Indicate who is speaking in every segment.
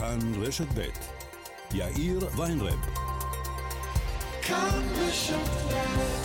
Speaker 1: כאן רשת ב' יאיר ויינרב. כאן רשת ב'.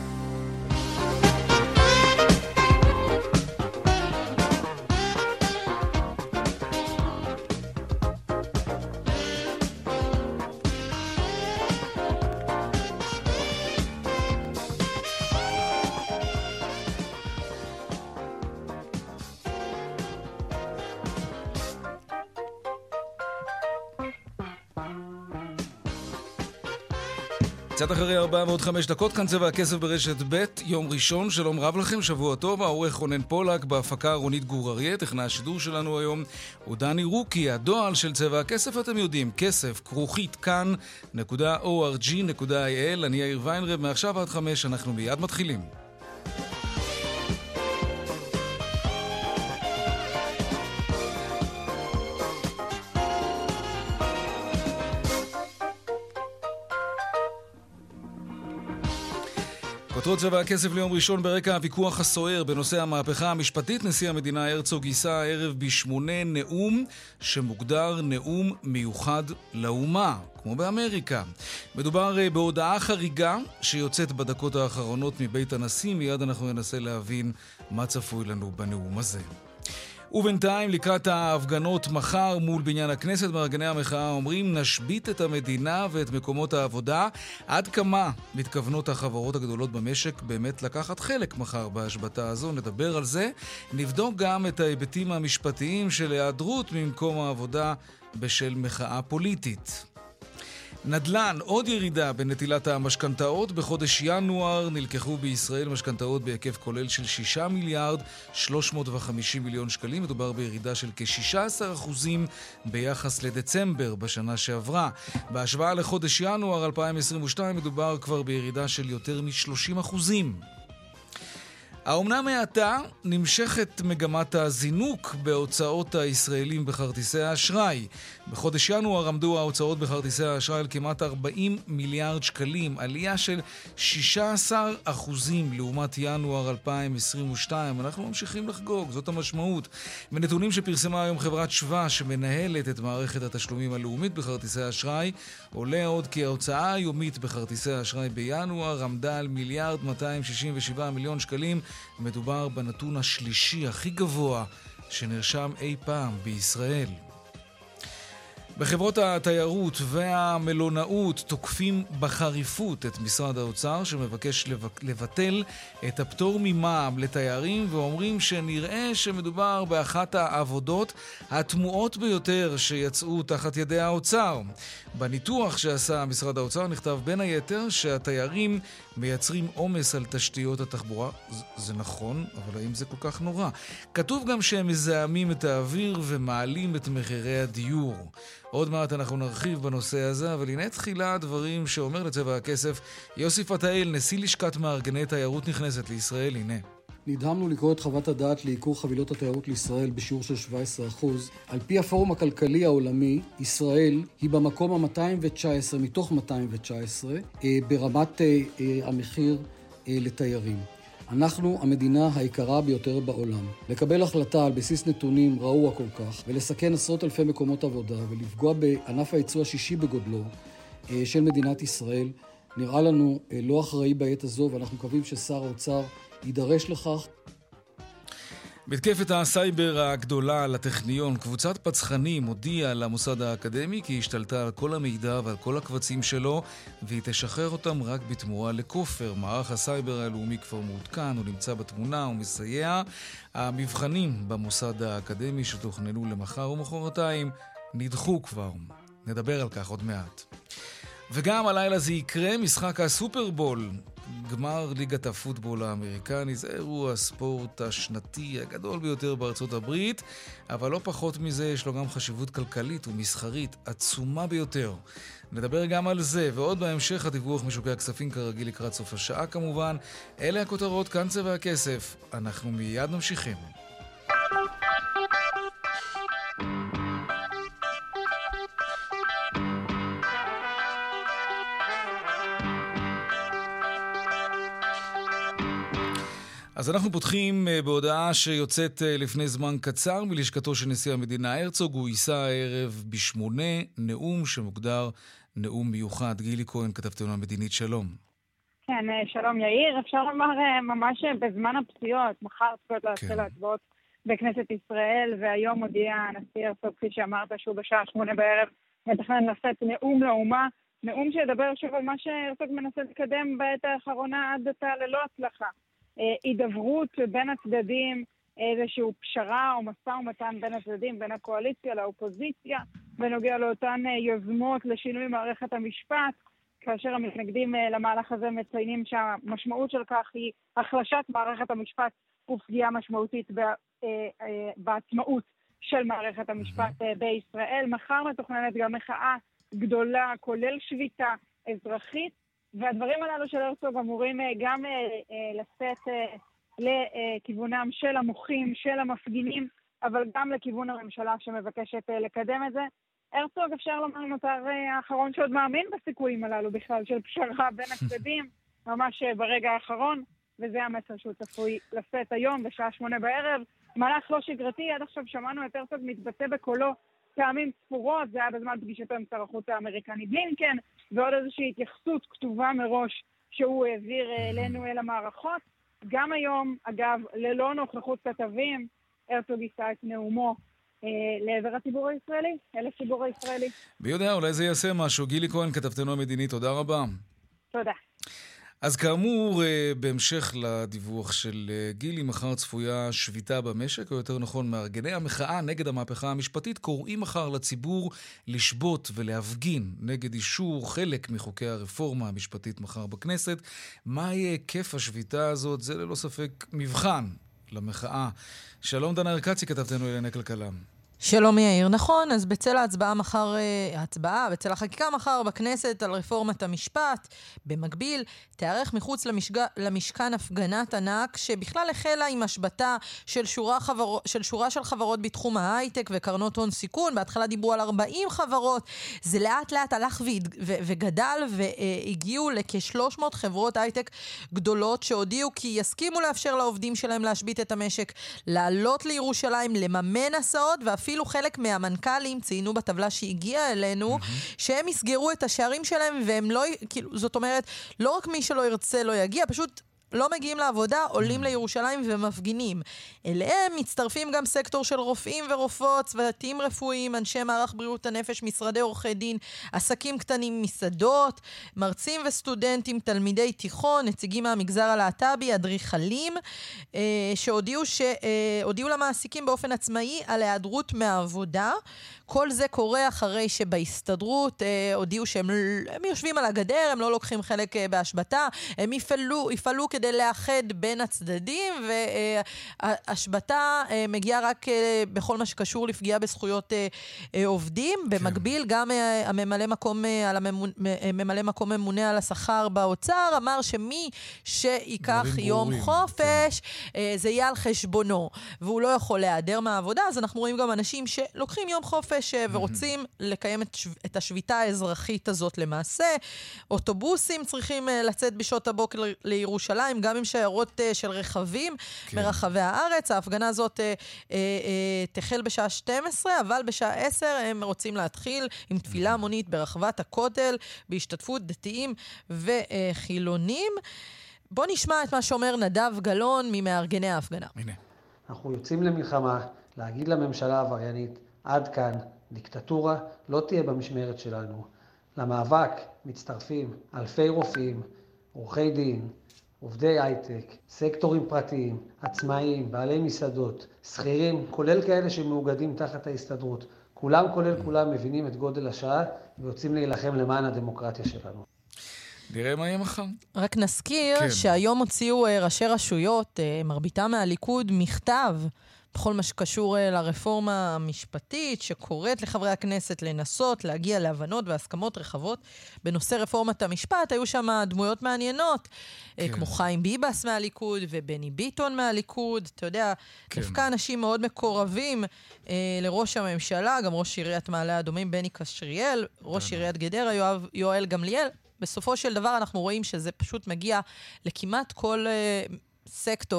Speaker 2: קצת אחרי 405 דקות, כאן צבע הכסף ברשת ב', יום ראשון, שלום רב לכם, שבוע טוב, העורך רונן פולק, בהפקה רונית גור אריה, טכנאי השידור שלנו היום הוא דני רוקי, הדואל של צבע הכסף, אתם יודעים, כסף, כרוכית, כאן.org.il, אני יאיר ויינרב, מעכשיו עד 5, אנחנו מיד מתחילים. כותרות צבע הכסף ליום ראשון ברקע הוויכוח הסוער בנושא המהפכה המשפטית. נשיא המדינה הרצוג יישא הערב ב8 נאום שמוגדר נאום מיוחד לאומה, כמו באמריקה. מדובר בהודעה חריגה שיוצאת בדקות האחרונות מבית הנשיא. מיד אנחנו ננסה להבין מה צפוי לנו בנאום הזה. ובינתיים, לקראת ההפגנות מחר מול בניין הכנסת, מארגני המחאה אומרים נשבית את המדינה ואת מקומות העבודה. עד כמה מתכוונות החברות הגדולות במשק באמת לקחת חלק מחר בהשבתה הזו? נדבר על זה. נבדוק גם את ההיבטים המשפטיים של היעדרות ממקום העבודה בשל מחאה פוליטית. נדל"ן, עוד ירידה בנטילת המשכנתאות. בחודש ינואר נלקחו בישראל משכנתאות בהיקף כולל של 6,350,000,000 שקלים. מדובר בירידה של כ-16% ביחס לדצמבר בשנה שעברה. בהשוואה לחודש ינואר 2022 מדובר כבר בירידה של יותר מ-30%. האומנם מעתה נמשכת מגמת הזינוק בהוצאות הישראלים בכרטיסי האשראי. בחודש ינואר עמדו ההוצאות בכרטיסי האשראי על כמעט 40 מיליארד שקלים, עלייה של 16% לעומת ינואר 2022. אנחנו ממשיכים לחגוג, זאת המשמעות. מנתונים שפרסמה היום חברת שווה שמנהלת את מערכת התשלומים הלאומית בכרטיסי האשראי, עולה עוד כי ההוצאה היומית בכרטיסי האשראי בינואר עמדה על 1,267,000,000 שקלים. מדובר בנתון השלישי הכי גבוה שנרשם אי פעם בישראל. בחברות התיירות והמלונאות תוקפים בחריפות את משרד האוצר שמבקש לבטל את הפטור ממע"מ לתיירים, ואומרים שנראה שמדובר באחת העבודות התמוהות ביותר שיצאו תחת ידי האוצר. בניתוח שעשה משרד האוצר נכתב בין היתר שהתיירים מייצרים עומס על תשתיות התחבורה. זה נכון, אבל האם זה כל כך נורא? כתוב גם שהם מזהמים את האוויר ומעלים את מחירי הדיור. עוד מעט אנחנו נרחיב בנושא הזה, אבל הנה תחילה הדברים שאומר לצבע הכסף יוסי פתאל, נשיא לשכת מארגני תיירות נכנסת לישראל. הנה.
Speaker 3: נדהמנו לקרוא את חוות הדעת לעיקור חבילות התיירות לישראל בשיעור של 17%. על פי הפורום הכלכלי העולמי, ישראל היא במקום ה-219 מתוך 219 ברמת המחיר לתיירים. אנחנו המדינה היקרה ביותר בעולם. לקבל החלטה על בסיס נתונים רעוע כל כך, ולסכן עשרות אלפי מקומות עבודה, ולפגוע בענף הייצוא השישי בגודלו של מדינת ישראל, נראה לנו לא אחראי בעת הזו, ואנחנו מקווים ששר האוצר יידרש לכך.
Speaker 2: מתקפת הסייבר הגדולה על הטכניון, קבוצת פצחנים הודיעה למוסד האקדמי כי השתלטה על כל המידע ועל כל הקבצים שלו, והיא תשחרר אותם רק בתמורה לכופר. מערך הסייבר הלאומי כבר מעודכן, הוא נמצא בתמונה, הוא מסייע. המבחנים במוסד האקדמי שתוכננו למחר ומחרתיים נדחו כבר. נדבר על כך עוד מעט. וגם הלילה זה יקרה, משחק הסופרבול, גמר ליגת הפוטבול האמריקני. זה אירוע הספורט השנתי הגדול ביותר בארצות הברית, אבל לא פחות מזה יש לו גם חשיבות כלכלית ומסחרית עצומה ביותר. נדבר גם על זה, ועוד בהמשך הדיווח משוקי הכספים כרגיל לקראת סוף השעה כמובן. אלה הכותרות, כאן צבע הכסף. אנחנו מיד ממשיכים. אז אנחנו פותחים בהודעה שיוצאת לפני זמן קצר מלשכתו של נשיא המדינה הרצוג. הוא יישא הערב ב8 נאום שמוגדר נאום מיוחד. גילי כהן, כתבתנו המדינית, שלום.
Speaker 4: כן, שלום יאיר. אפשר לומר ממש בזמן הפציעות, מחר צפויות להתחיל להצבעות בכנסת ישראל, והיום הודיע הנשיא הרצוג, כפי שאמרת, שהוא בשעה 8 בערב מתכנן לשאת נאום לאומה, נאום שידבר שוב על מה שהרצוג מנסה לקדם בעת האחרונה עד עתה ללא הצלחה. הידברות בין הצדדים, איזשהו פשרה או משא ומתן בין הצדדים, בין הקואליציה לאופוזיציה, בנוגע לאותן יוזמות לשינוי מערכת המשפט, כאשר המתנגדים למהלך הזה מציינים שהמשמעות של כך היא החלשת מערכת המשפט ופגיעה משמעותית בעצמאות של מערכת המשפט בישראל. מחר מתוכננת גם מחאה גדולה, כולל שביתה אזרחית, והדברים הללו של הרצוג אמורים גם לשאת לכיוונם של המוחים, של המפגינים, אבל גם לכיוון הממשלה שמבקשת לקדם את זה. הרצוג, אפשר לומר, נותר האחרון שעוד מאמין בסיכויים הללו בכלל של פשרה בין הצדדים, ממש ברגע האחרון, וזה המסר שהוא צפוי לשאת היום בשעה 8 בערב. מהלך לא שגרתי, עד עכשיו שמענו את הרצוג מתבטא בקולו פעמים ספורות, זה היה בזמן פגישתו עם שר החוץ האמריקני בלינקן, ועוד איזושהי התייחסות כתובה מראש שהוא העביר אלינו אל המערכות. גם היום, אגב, ללא נוכחות כתבים, הרצוג יישא את נאומו לעבר הציבור הישראלי, אל הציבור הישראלי.
Speaker 2: ביודע, אולי זה יעשה משהו. גילי כהן, כתבתנו המדינית, תודה רבה.
Speaker 4: תודה.
Speaker 2: אז כאמור, בהמשך לדיווח של גילי, מחר צפויה שביתה במשק, או יותר נכון, מארגני המחאה נגד המהפכה המשפטית קוראים מחר לציבור לשבות ולהפגין נגד אישור חלק מחוקי הרפורמה המשפטית מחר בכנסת. מה יהיה היקף השביתה הזאת? זה ללא ספק מבחן למחאה. שלום דנה ארקצי, כתבתנו לענייני כלכלה.
Speaker 5: שלום יאיר, נכון, אז בצל בצל החקיקה מחר בכנסת על רפורמת המשפט, במקביל תארך מחוץ למשכן הפגנת ענק שבכלל החלה עם השבתה של שורה של חברות בתחום ההייטק וקרנות הון סיכון. בהתחלה דיברו על 40 חברות, זה לאט לאט הלך וגדל והגיעו לכ-300 חברות הייטק גדולות שהודיעו כי יסכימו לאפשר לעובדים שלהם להשבית את המשק, לעלות לירושלים, לממן הסעות, ואפילו חלק מהמנכ"לים ציינו בטבלה שהגיעה אלינו שהם יסגרו את השערים שלהם, והם לא, כאילו, זאת אומרת, לא רק מי שלא ירצה לא יגיע, פשוט לא מגיעים לעבודה, עולים לירושלים ומפגינים. אליהם מצטרפים גם סקטור של רופאים ורופאות, צוותים רפואיים, אנשי מערך בריאות הנפש, משרדי עורכי דין, עסקים קטנים, מסעדות, מרצים וסטודנטים, תלמידי תיכון, נציגים מהמגזר הלהט"בי, אדריכלים, שהודיעו למעסיקים באופן עצמאי על היעדרות מהעבודה. כל זה קורה אחרי שבהסתדרות הודיעו שהם יושבים על הגדר, הם לא לוקחים חלק בהשבתה, הם יפעלו כדי לאחד בין הצדדים, והשבתה מגיעה רק בכל מה שקשור לפגיעה בזכויות עובדים. במקביל גם ממלא מקום ממונה על השכר באוצר אמר שמי שיקח יום חופש זה יהיה על חשבונו, והוא לא יכול להיעדר מהעבודה. אז אנחנו רואים גם אנשים שלוקחים יום חופש ורוצים לקיים את השביתה האזרחית הזאת למעשה. אוטובוסים צריכים לצאת בשעות הבוקר לירושלים, גם עם שיירות של רכבים מרחבי הארץ. ההפגנה הזאת תחל בשעה 12, אבל בשעה 10 הם רוצים להתחיל עם תפילה המונית ברחבת הכותל, בהשתתפות דתיים וחילונים. בוא נשמע את מה שאומר נדב גלאון ממארגני ההפגנה.
Speaker 2: הנה.
Speaker 6: אנחנו יוצאים למלחמה, להגיד לממשלה העבריינית, עד כאן, דיקטטורה לא תהיה במשמרת שלנו. למאבק מצטרפים אלפי רופאים, עורכי דין, עובדי הייטק, סקטורים פרטיים, עצמאיים, בעלי מסעדות, שכירים, כולל כאלה שמאוגדים תחת ההסתדרות. כולם מבינים את גודל השעה ויוצאים להילחם למען הדמוקרטיה שלנו.
Speaker 2: נראה מה יהיה מחר.
Speaker 5: רק נזכיר שהיום הוציאו ראשי רשויות, מרביתם מהליכוד, מכתב בכל מה שקשור לרפורמה המשפטית, שקוראת לחברי הכנסת לנסות להגיע להבנות והסכמות רחבות בנושא רפורמת המשפט. היו שם דמויות מעניינות, כמו חיים ביבס מהליכוד ובני ביטון מהליכוד. אתה יודע, דווקא אנשים מאוד מקורבים לראש הממשלה, גם ראש עיריית מעלה אדומים בני קשריאל, ראש עיריית גדרה יואל גמליאל. בסופו של דבר אנחנו רואים שזה פשוט מגיע לכמעט כל סקטור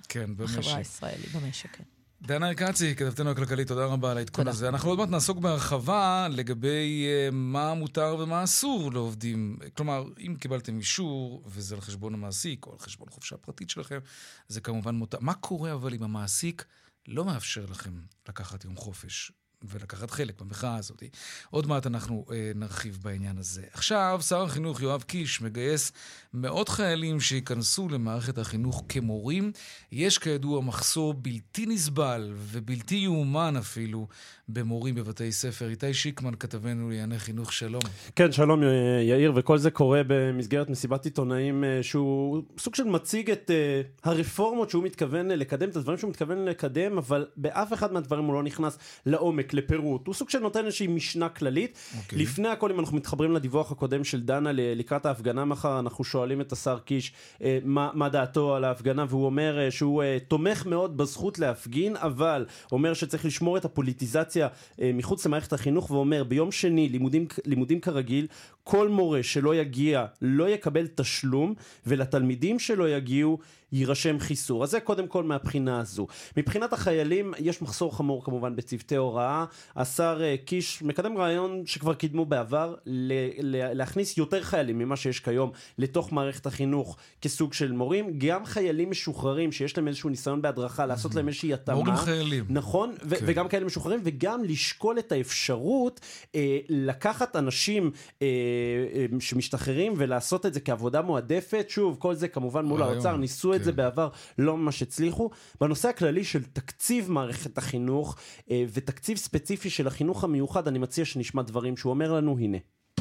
Speaker 5: בחברה הישראלית, במשק.
Speaker 2: דנה ארקצי, כתבתנו הכלכלית, תודה רבה על העדכון הזה. אנחנו עוד מעט נעסוק בהרחבה לגבי מה מותר ומה אסור לעובדים. כלומר, אם קיבלתם אישור, וזה על חשבון המעסיק, או על חשבון חופשה פרטית שלכם, זה כמובן מותר. מה קורה אבל אם המעסיק לא מאפשר לכם לקחת יום חופש ולקחת חלק במחאה הזאת? עוד מעט אנחנו נרחיב בעניין הזה. עכשיו, שר החינוך יואב קיש מגייס מאות חיילים שיכנסו למערכת החינוך כמורים. יש כידוע מחסור בלתי נסבל ובלתי יאומן אפילו במורים בבתי ספר. איתי שיקמן כתבנו לענייני חינוך, שלום.
Speaker 7: כן, שלום יאיר, וכל זה קורה במסגרת מסיבת עיתונאים שהוא סוג של מציג את הרפורמות שהוא מתכוון לקדם, את הדברים שהוא מתכוון לקדם, אבל באף אחד מהדברים הוא לא נכנס לעומק, לפירוט. הוא סוג של נותן איזושהי משנה כללית. לפני הכל, אם אנחנו מתחברים לדיווח הקודם של דנה לקראת ההפגנה מחר, אנחנו שואלים את השר קיש מה דעתו על ההפגנה, והוא אומר שהוא תומך מאוד בזכות להפגין, אבל אומר שצריך לשמור את הפוליטיזציה מחוץ למערכת החינוך, ואומר ביום שני לימודים כרגיל, כל מורה שלא יגיע לא יקבל תשלום, ולתלמידים שלא יגיעו יירשם חיסור. אז זה קודם כל מהבחינה הזו. מבחינת החיילים יש מחסור חמור כמובן בצוותי הוראה. השר קיש מקדם רעיון שכבר קידמו בעבר, להכניס יותר חיילים ממה שיש כיום לתוך מערכת החינוך כסוג של מורים. גם חיילים משוחררים שיש להם איזשהו ניסיון בהדרכה, לעשות להם איזושהי התאמה.
Speaker 2: מורים חיילים.
Speaker 7: נכון, וגם כאלה משוחררים, וגם לשקול את האפשרות לקחת אנשים שמשתחררים ולעשות את זה כעבודה מועדפת. שוב, כל זה כמובן מול האוצר, ניסו את זה בעבר, לא ממש הצליחו. בנושא הכללי של תקציב מערכת החינוך ותקציב ספציפי של החינוך המיוחד, אני מציע שנשמע דברים שהוא אומר לנו, הנה.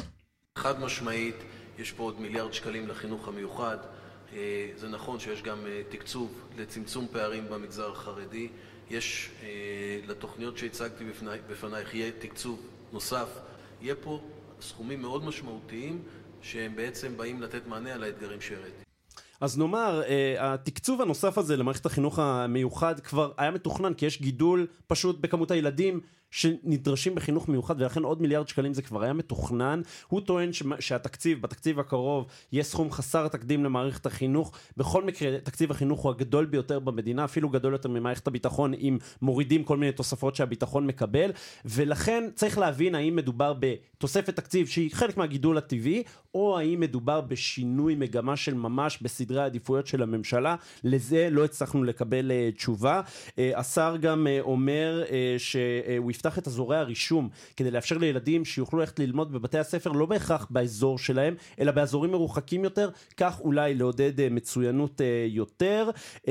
Speaker 8: חד משמעית, יש פה עוד מיליארד שקלים לחינוך המיוחד. זה נכון שיש גם תקצוב לצמצום פערים במגזר החרדי. יש לתוכניות שהצגתי בפנייך, יהיה תקצוב נוסף. יהיה פה סכומים מאוד משמעותיים שהם בעצם באים לתת מענה על האתגרים שהראיתי.
Speaker 7: אז נאמר, התקצוב הנוסף הזה למערכת החינוך המיוחד כבר היה מתוכנן, כי יש גידול פשוט בכמות הילדים שנדרשים בחינוך מיוחד, ולכן עוד מיליארד שקלים זה כבר היה מתוכנן. הוא טוען בתקציב הקרוב, יש סכום חסר תקדים למערכת החינוך. בכל מקרה, תקציב החינוך הוא הגדול ביותר במדינה, אפילו גדול יותר ממערכת הביטחון, אם מורידים כל מיני תוספות שהביטחון מקבל, ולכן צריך להבין האם מדובר בתוספת תקציב שהיא חלק מהגידול הטבעי, או האם מדובר בשינוי מגמה של ממש בסדרי העדיפויות של הממשלה. לזה לא הצלחנו לקבל תשובה. השר גם אומר שהוא יפתח את אזורי הרישום כדי לאפשר לילדים שיוכלו ללכת ללמוד בבתי הספר לא בהכרח באזור שלהם, אלא באזורים מרוחקים יותר, כך אולי לעודד מצוינות יותר.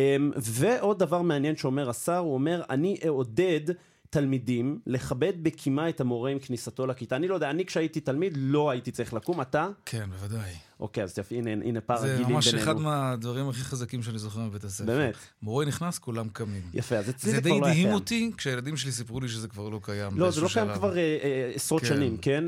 Speaker 7: ועוד דבר מעניין שאומר השר, הוא אומר, אני אעודד תלמידים לכבד בקימה את המורה עם כניסתו לכיתה. אני לא יודע, אני כשהייתי תלמיד לא הייתי צריך לקום, אתה?
Speaker 2: כן, בוודאי.
Speaker 7: אוקיי, אז הנה פער הגילים בינינו.
Speaker 2: זה ממש אחד מהדברים הכי חזקים שאני זוכר בבית הספר.
Speaker 7: באמת.
Speaker 2: מורה נכנס, כולם קמים.
Speaker 7: יפה, אז אצלי
Speaker 2: זה
Speaker 7: כבר לא היה קיים.
Speaker 2: זה די דהים אותי, כשהילדים שלי סיפרו לי שזה כבר לא קיים.
Speaker 7: לא, זה לא קיים כבר עשרות שנים, כן?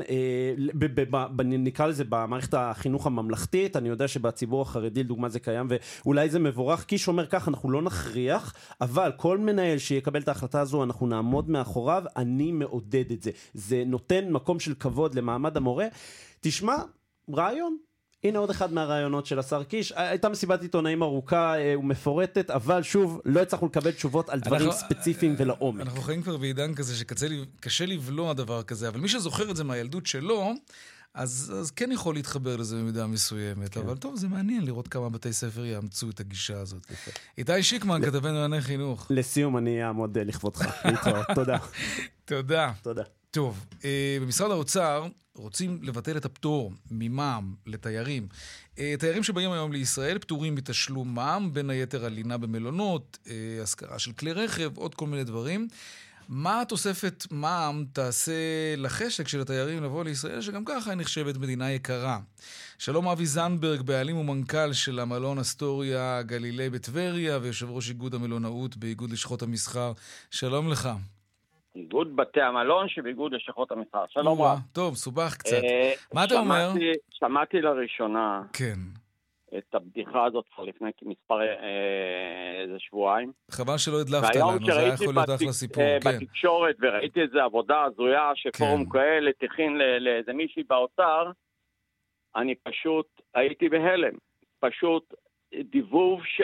Speaker 7: נקרא לזה במערכת החינוך הממלכתית, אני יודע שבציבור החרדי, לדוגמה, זה קיים, ואולי זה מבורך, כי שאומר כך, אנחנו לא נכריח, אבל כל מנהל שיקבל את ההחלטה הזו, אנחנו נעמוד מאחוריו, אני מעודד את זה. זה נותן מקום של כבוד למעמד המורה. תשמע, רעיון. הנה עוד אחד מהרעיונות של השר קיש. הייתה מסיבת עיתונאים ארוכה ומפורטת, אבל שוב, לא הצלחנו לקבל תשובות על דברים ספציפיים ולעומק.
Speaker 2: אנחנו חיים כבר בעידן כזה שקשה לבלוע דבר כזה, אבל מי שזוכר את זה מהילדות שלו, אז כן יכול להתחבר לזה במידה מסוימת. כן. אבל טוב, זה מעניין לראות כמה בתי ספר יאמצו את הגישה הזאת. איתי שיקמן, כתבנו לענייני חינוך.
Speaker 7: לסיום, אני אעמוד לכבודך. תודה.
Speaker 2: תודה. טוב, במשרד האוצר רוצים לבטל את הפטור ממע"מ לתיירים. תיירים שבאים היום לישראל פטורים מתשלום מע"מ, בין היתר על לינה במלונות, השכרה של כלי רכב, עוד כל מיני דברים. מה התוספת מע"מ תעשה לחשק של התיירים לבוא לישראל, שגם ככה היא נחשבת מדינה יקרה? שלום אבי זנברג, בעלים ומנכ"ל של המלון אסטוריה גלילי בטבריה, ויושב ראש איגוד המלונאות באיגוד לשכות המסחר. שלום לך.
Speaker 9: איגוד בתי המלון שבאיגוד לשכות המסחר. שלום רב.
Speaker 2: טוב, סובך קצת. מה אתה אומר?
Speaker 9: שמעתי לראשונה
Speaker 2: כן.
Speaker 9: את הבדיחה הזאת כבר לפני מספר איזה שבועיים.
Speaker 2: חבל שלא הדלפת לנו, זה היה יכול להיות אחלה סיפור.
Speaker 9: בתקשורת וראיתי איזה עבודה הזויה שפורום כאלה תכין לאיזה מישהי באוצר, אני פשוט הייתי בהלם. פשוט דיבוב של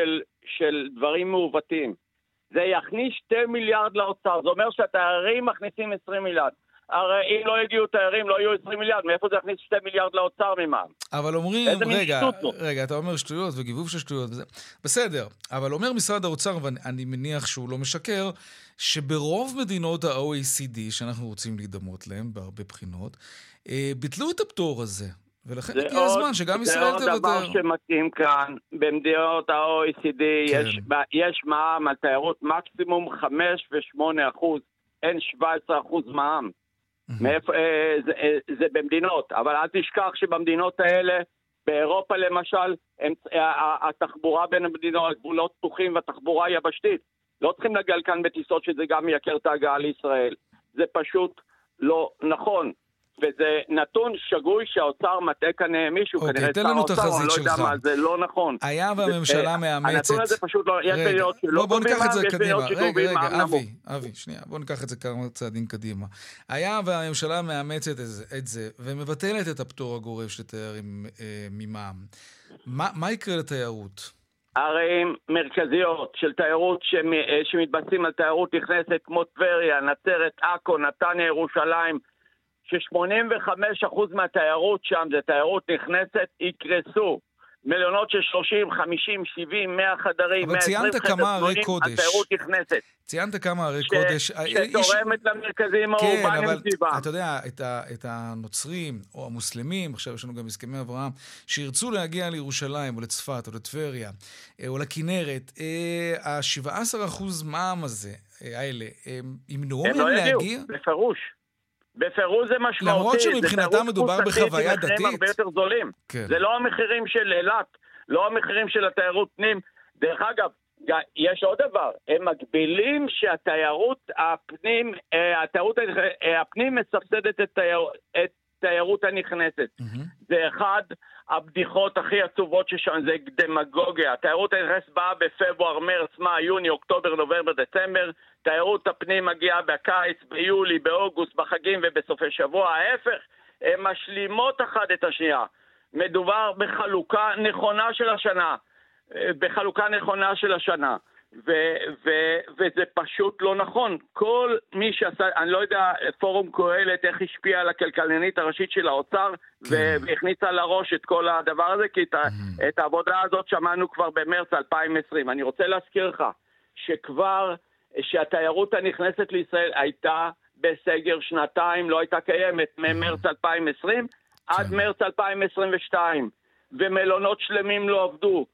Speaker 9: של דברים מעוותים. זה יכניס 2 מיליארד לאוצר, זה אומר שהתיירים מכניסים 20 מיליארד. הרי אם לא הגיעו תיירים, לא יהיו 20 מיליארד, מאיפה זה יכניס 2 מיליארד לאוצר ממע"מ?
Speaker 2: אבל אומרים, רגע, אתה אומר שטויות וגיבוב של שטויות וזה. בסדר, אבל אומר משרד האוצר, ואני מניח שהוא לא משקר, שברוב מדינות ה-OECD, שאנחנו רוצים להידמות להם בהרבה בחינות, ביטלו את הפטור הזה. ולכן הגיע הזמן שגם ישראל תוותר.
Speaker 9: זה עוד דבר שמתאים כאן, במדינות ה-OECD יש מע"מ על תיירות מקסימום 5 ו8%, אין 17% מע"מ. זה במדינות, אבל אל תשכח שבמדינות האלה, באירופה למשל, התחבורה בין המדינות, הגבולות פתוחים והתחבורה יבשתית. לא צריכים לגל כאן בטיסות שזה גם מייקר את ההגעה לישראל. זה פשוט לא נכון. וזה נתון שגוי שהאוצר מטעה כאן מישהו, כנראה שר האוצר, אני לא יודע מה, זה לא נכון.
Speaker 2: היה והממשלה מאמצת.
Speaker 9: הנתון הזה פשוט לא, יש מדינות שלא קובעים מה, יש מדינות שקובעים מה נמוך.
Speaker 2: אבי, שנייה, בוא ניקח את זה כמה צעדים קדימה. היה והממשלה מאמצת את זה, ומבטלת את הפטור הגורף של תיירים ממע"מ. מה יקרה לתיירות? ערים
Speaker 9: מרכזיות של תיירות שמתבססים על תיירות נכנסת כמו טבריה, נצרת, עכו, נתניה, ירושלים, ש85% מהתיירות שם זה תיירות נכנסת, יקרסו. מלונות של 30, 50, 70, 100 חדרים, 120 חדרים, התיירות נכנסת.
Speaker 2: ציינת כמה ערי קודש.
Speaker 9: שתורמת למרכזים האורבניים סביבה.
Speaker 2: אתה יודע, את הנוצרים או המוסלמים, עכשיו יש לנו גם הסכמי אברהם, שירצו להגיע לירושלים או לצפת או לטבריה או לכנרת, ה-17% מע"מ הזה, האלה, ימנעו מהם להגיע?
Speaker 9: בפירוש זה משמעותי.
Speaker 2: למרות שמבחינתם מדובר בחוויה דתית.
Speaker 9: הרבה יותר זולים.
Speaker 2: כן.
Speaker 9: זה לא המחירים של אילת, לא המחירים של התיירות פנים. דרך אגב, יש עוד דבר, הם מגבילים שהתיירות הפנים מסבסדת את תיירות הנכנסת. זה אחד הבדיחות הכי עצובות ששם, זה דמגוגיה. התיירות הנכנסת באה בפברואר, מרץ, מאי, יוני, אוקטובר, נובמבר, דצמבר. תיירות הפנים מגיעה בקיץ, ביולי, באוגוסט, בחגים ובסופי שבוע. ההפך, הן משלימות אחת את השנייה. מדובר בחלוקה נכונה של השנה. וזה פשוט לא נכון. כל מי שעשה, אני לא יודע, פורום קהלת, איך השפיע על הכלכלנית הראשית של האוצר, והכניסה לראש את כל הדבר הזה, כי את העבודה הזאת שמענו כבר במרץ 2020. אני רוצה להזכיר לך, שהתיירות הנכנסת לישראל הייתה בסגר שנתיים, לא הייתה קיימת ממרץ 2020 עד מרץ 2022, ומלונות שלמים לא עבדו,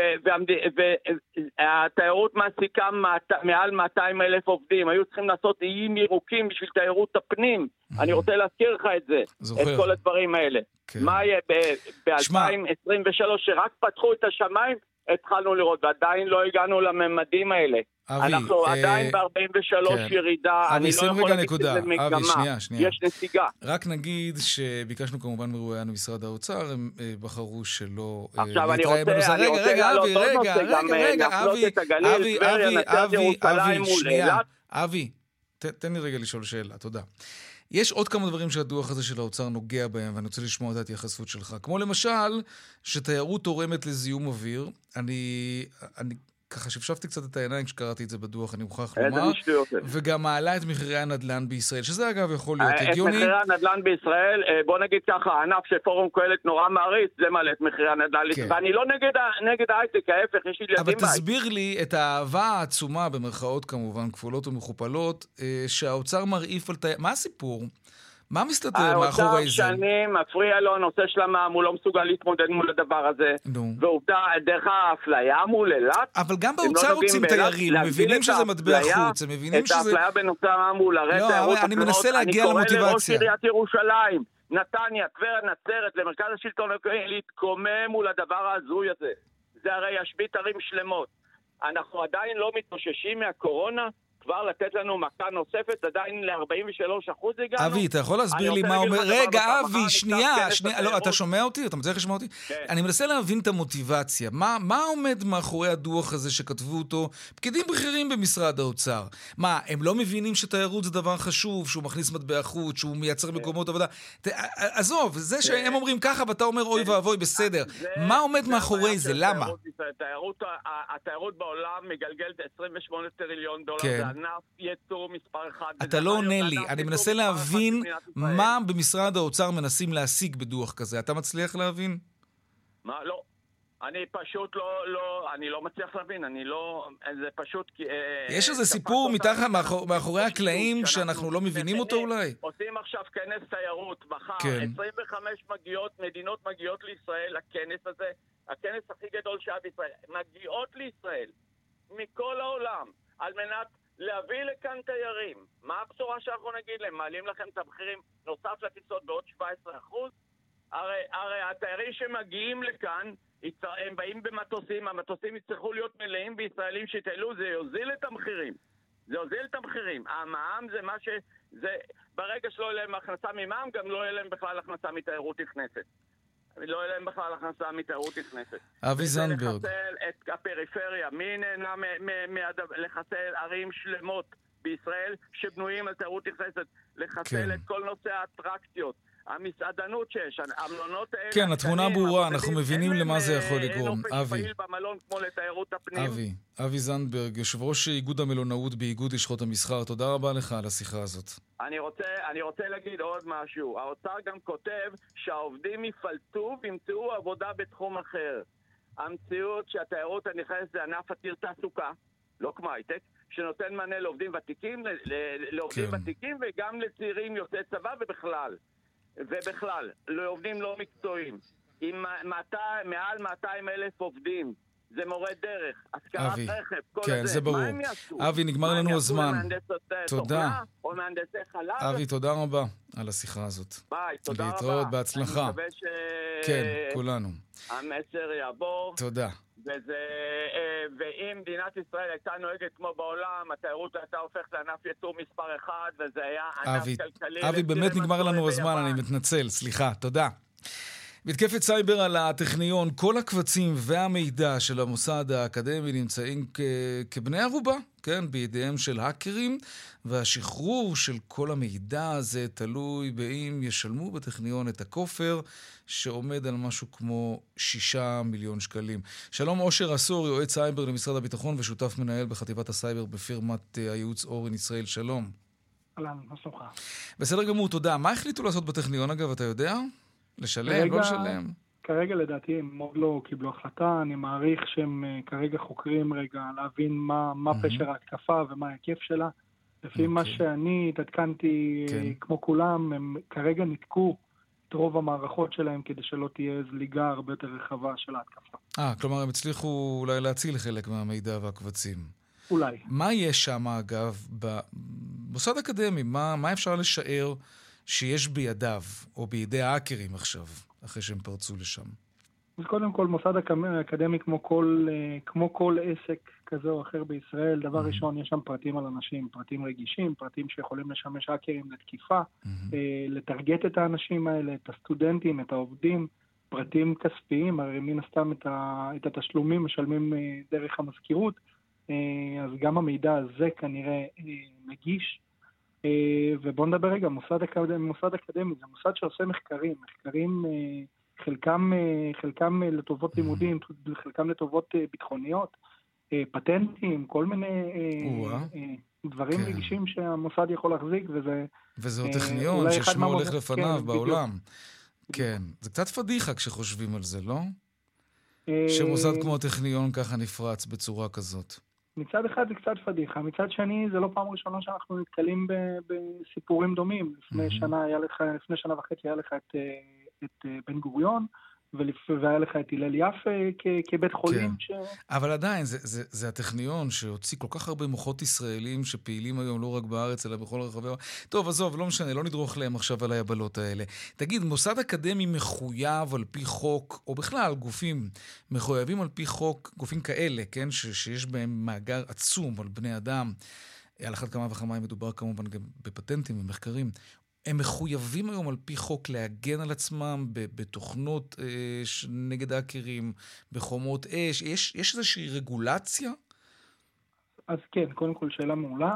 Speaker 9: והתיירות מעסיקה מעל 200,000 עובדים. היו צריכים לעשות איים ירוקים בשביל תיירות הפנים. אני רוצה להזכיר לך את זה, את כל הדברים האלה. מה יהיה ב-2023 שרק פתחו את השמיים, התחלנו לראות, ועדיין לא הגענו לממדים האלה. אנחנו עדיין ב-43 ירידה, אני לא יכול להגיד שזה מגמה, יש נסיגה.
Speaker 2: רק נגיד שביקשנו כמובן מרואיין ממשרד האוצר, הם בחרו שלא
Speaker 9: עכשיו אני רוצה לעלות עוד נושא, גם להפלות את הגליל, טבריה, נצרת, ירושלים מול אילת.
Speaker 2: אבי, תן לי רגע לשאול שאלה, תודה. יש עוד כמה דברים שהדוח הזה של האוצר נוגע בהם, ואני רוצה לשמוע את ההתייחסות שלך. כמו למשל, שתיירות תורמת לזיהום אוויר. אני ככה שפשפתי קצת את העיניים כשקראתי את זה בדוח, אני מוכרח לומר. וגם מעלה את מחירי הנדל"ן בישראל, שזה אגב יכול להיות הגיוני.
Speaker 9: את מחירי הנדל"ן בישראל, בוא נגיד ככה, הענף שפורום קהלת נורא מעריץ, זה מעלה את מחירי הנדל"ן. ואני לא נגד ההייטק, ההפך, יש לי ילדים
Speaker 2: אבל תסביר לי את האהבה העצומה, במרכאות כמובן, כפולות ומכופלות, שהאוצר מרעיף על מה הסיפור? מה מסתתר מאחורי זה?
Speaker 9: האוצר שנים מפריע לו הנושא של המע"מ, הוא לא מסוגל להתמודד מול הדבר הזה. ועובדה, דרך האפליה מול אילת.
Speaker 2: אבל גם באוצר רוצים תיירים, מבינים שזה מטבע חוץ, הם מבינים שזה...
Speaker 9: את האפליה בנושא המע"מ מול תיירות.
Speaker 2: אני מנסה להגיע למוטיבציה.
Speaker 9: אני קורא לראש עיריית ירושלים, נתניה, טבריה, נצרת, למרכז השלטון המקומי, להתקומם מול הדבר ההזוי הזה. זה הרי ישבית ערים שלמות. אנחנו עדיין לא מתאוששים מהקורונה, כבר לתת לנו מכה נוספת, עדיין ל-43% הגענו.
Speaker 2: אבי, אתה יכול להסביר לי מה אומר... רגע, אבי, שנייה, לא, אתה שומע אותי? אתה מצליח לשמוע אותי?
Speaker 9: כן.
Speaker 2: אני מנסה להבין את המוטיבציה. מה עומד מאחורי הדוח הזה שכתבו אותו פקידים בכירים במשרד האוצר? מה, הם לא מבינים שתיירות זה דבר חשוב, שהוא מכניס מטבע חוץ, שהוא מייצר מקומות עבודה? עזוב, זה שהם אומרים ככה ואתה אומר אוי ואבוי בסדר. מה עומד מאחורי זה? למה?
Speaker 9: התיירות בעולם מגלגלת 28 טריליון דולר. זה ענף ייצור מספר 1.
Speaker 2: אתה לא עונה לי. אני מנסה להבין מה במשרד האוצר מנסים להשיג בדוח כזה. אתה מצליח להבין?
Speaker 9: מה? לא. אני פשוט אני לא מצליח להבין, זה פשוט...
Speaker 2: יש איזה סיפור מאחורי הקלעים שאנחנו לא מבינים אותו אולי?
Speaker 9: עושים עכשיו כנס תיירות, מחר 25 מדינות מגיעות לישראל, הכנס הזה, הכנס הכי גדול שהיה בישראל, מגיעות לישראל מכל העולם, על מנת להביא לכאן תיירים. מה הבשורה שאנחנו נגיד להם? מעלים לכם את המחירים נוסף לטיסות בעוד 17%? הרי התיירים שמגיעים לכאן, הם באים במטוסים, המטוסים יצטרכו להיות מלאים בישראלים שתעלו, זה יוזיל את המחירים. זה יוזיל את המחירים. המע"מ זה מה ברגע שלא יהיה להם הכנסה ממע"מ, גם לא יהיה להם בכלל הכנסה מתיירות נכנסת. לא יהיה להם בכלל הכנסה מתיירות נכנסת.
Speaker 2: אבי זנדברג.
Speaker 9: לחסל את הפריפריה. מי נהנה לחסל ערים שלמות בישראל שבנויים על תיירות נכנסת? לחסל את כל נושא האטרקציות. המסעדנות שיש, המלונות האלה...
Speaker 2: כן, התמונה ברורה, אנחנו מבינים למה זה יכול לגרום.
Speaker 9: אבי. במלון כמו לתיירות הפנים.
Speaker 2: אבי זנדברג, יושב ראש איגוד המלונאות באיגוד לשכות המסחר, תודה רבה לך על השיחה הזאת.
Speaker 9: אני רוצה להגיד עוד משהו. האוצר גם כותב שהעובדים יפלטו וימצאו עבודה בתחום אחר. המציאות שהתיירות הנכנסת זה ענף עתיר תעסוקה, לא כמו הייטק, שנותן מענה לעובדים ותיקים, ותיקים וגם לצעירים יוצאי צבא ובכלל, לעובדים לא מקצועיים. עם מעל 200,000 עובדים, זה מורה דרך, השכרת רכב, כל
Speaker 2: כן, זה ברור.
Speaker 9: מה הם יעשו?
Speaker 2: אבי, נגמר לנו הזמן. תודה.
Speaker 9: או מהנדסי חלב?
Speaker 2: אבי, תודה רבה על השיחה הזאת.
Speaker 9: ביי, תודה רבה.
Speaker 2: להתראות, בהצלחה.
Speaker 9: אני מקווה
Speaker 2: כן, כולנו.
Speaker 9: המסר יעבור.
Speaker 2: תודה.
Speaker 9: ואם מדינת ישראל הייתה נוהגת כמו בעולם, התיירות הייתה הופכת לענף ייצור מספר 1, וזה היה ענף כלכלי.
Speaker 2: אבי, באמת נגמר לנו הזמן, אני מתנצל, סליחה, תודה. מתקפת סייבר על הטכניון, כל הקבצים והמידע של המוסד האקדמי נמצאים כבני ערובה, כן, בידיהם של האקרים, והשחרור של כל המידע הזה תלוי באם ישלמו בטכניון את הכופר, שעומד על משהו כמו 6 מיליון שקלים. שלום אושר אסור, יועץ סייבר למשרד הביטחון ושותף מנהל בחטיבת הסייבר בפירמת הייעוץ אורן ישראל, שלום.
Speaker 10: אהלן, מה שלומך?
Speaker 2: בסדר גמור, תודה. מה החליטו לעשות בטכניון אגב, אתה יודע? לשלם, לא לשלם?
Speaker 10: כרגע לדעתי הם עוד לא קיבלו החלטה, אני מעריך שהם כרגע חוקרים רגע להבין מה פשר ההתקפה ומה ההיקף שלה. לפי מה שאני התעדכנתי כמו כולם, הם כרגע נתקו את רוב המערכות שלהם כדי שלא תהיה זליגה הרבה יותר רחבה של ההתקפה.
Speaker 2: כלומר הם הצליחו אולי להציל חלק מהמידע והקבצים.
Speaker 10: אולי.
Speaker 2: מה יש שם אגב במוסד אקדמי? מה אפשר לשער שיש בידיו, או בידי האקרים עכשיו, אחרי שהם פרצו לשם?
Speaker 10: אז קודם כל, מוסד אקדמי כמו כל עסק כזה או אחר בישראל, דבר ראשון, יש שם פרטים על אנשים, פרטים רגישים, פרטים שיכולים לשמש האקרים לתקיפה, לטרגט את האנשים האלה, את הסטודנטים, את העובדים, פרטים כספיים, הרי מן הסתם את התשלומים משלמים דרך המזכירות, אז גם המידע הזה כנראה נגיש, ובואו נדבר רגע, מוסד אקדמי זה מוסד שעושה מחקרים חלקם לטובות לימודים, חלקם לטובות ביטחוניות, פטנטים, כל מיני דברים רגישים שהמוסד יכול להחזיק,
Speaker 2: וזהו טכניון ששמו הולך לפניו בעולם. כן, זה קצת פדיחה כשחושבים על זה, לא? שמוסד כמו הטכניון ככה נפרץ בצורה כזאת.
Speaker 10: מצד אחד זה קצת פדיחה, מצד שני זה לא פעם ראשונה שאנחנו נתקלים בסיפורים דומים. לפני שנה וחצי היה לך את בן גוריון, והיה לך את הלל יפה כבית חולים.
Speaker 2: אבל עדיין, זה הטכניון שהוציא כל כך הרבה מוחות ישראלים שפעילים היום לא רק בארץ, אלא בכל רחבי... טוב, עזוב, לא משנה, לא נדרוך להם עכשיו על היבלות האלה. תגיד, מוסד אקדמי מחויב על פי חוק, או בכלל גופים מחויבים על פי חוק, גופים כאלה, כן, שיש בהם מאגר עצום על בני אדם, על אחת כמה וכמה מדובר כמובן גם בפטנטים ומחקרים, הם מחויבים היום על פי חוק להגן על עצמם בתוכנות נגד האקרים, בחומות אש. יש איזושהי רגולציה?
Speaker 10: אז כן, קודם כל שאלה מעולה.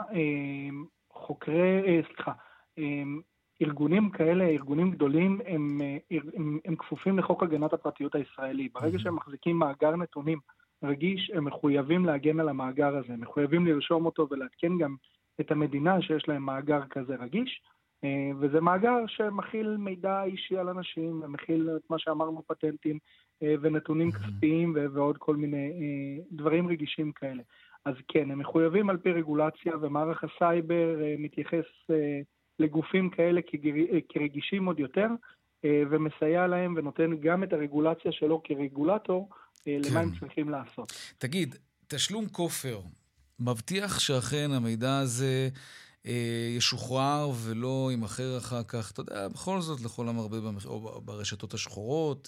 Speaker 10: ארגונים כאלה, ארגונים גדולים, הם כפופים לחוק הגנת הפרטיות הישראלי. ברגע שהם מחזיקים מאגר נתונים רגיש, הם מחויבים להגן על המאגר הזה, הם מחויבים לרשום אותו ולעדכן גם את המדינה שיש להם מאגר כזה רגיש, וזה מאגר שמכיל מידע אישי על אנשים, ומכיל את מה שאמרנו פטנטים ונתונים כספיים ועוד כל מיני דברים רגישים כאלה. אז כן, הם מחויבים על פי רגולציה, ומערך הסייבר מתייחס לגופים כאלה כרגישים עוד יותר, ומסייע להם ונותן גם את הרגולציה שלו כרגולטור, למה הם צריכים לעשות.
Speaker 2: תגיד, תשלום כופר מבטיח שאכן המידע הזה ישוחרר ולא יימכר אחר כך, אתה יודע, בכל זאת לכל המרבה ברשתות השחורות,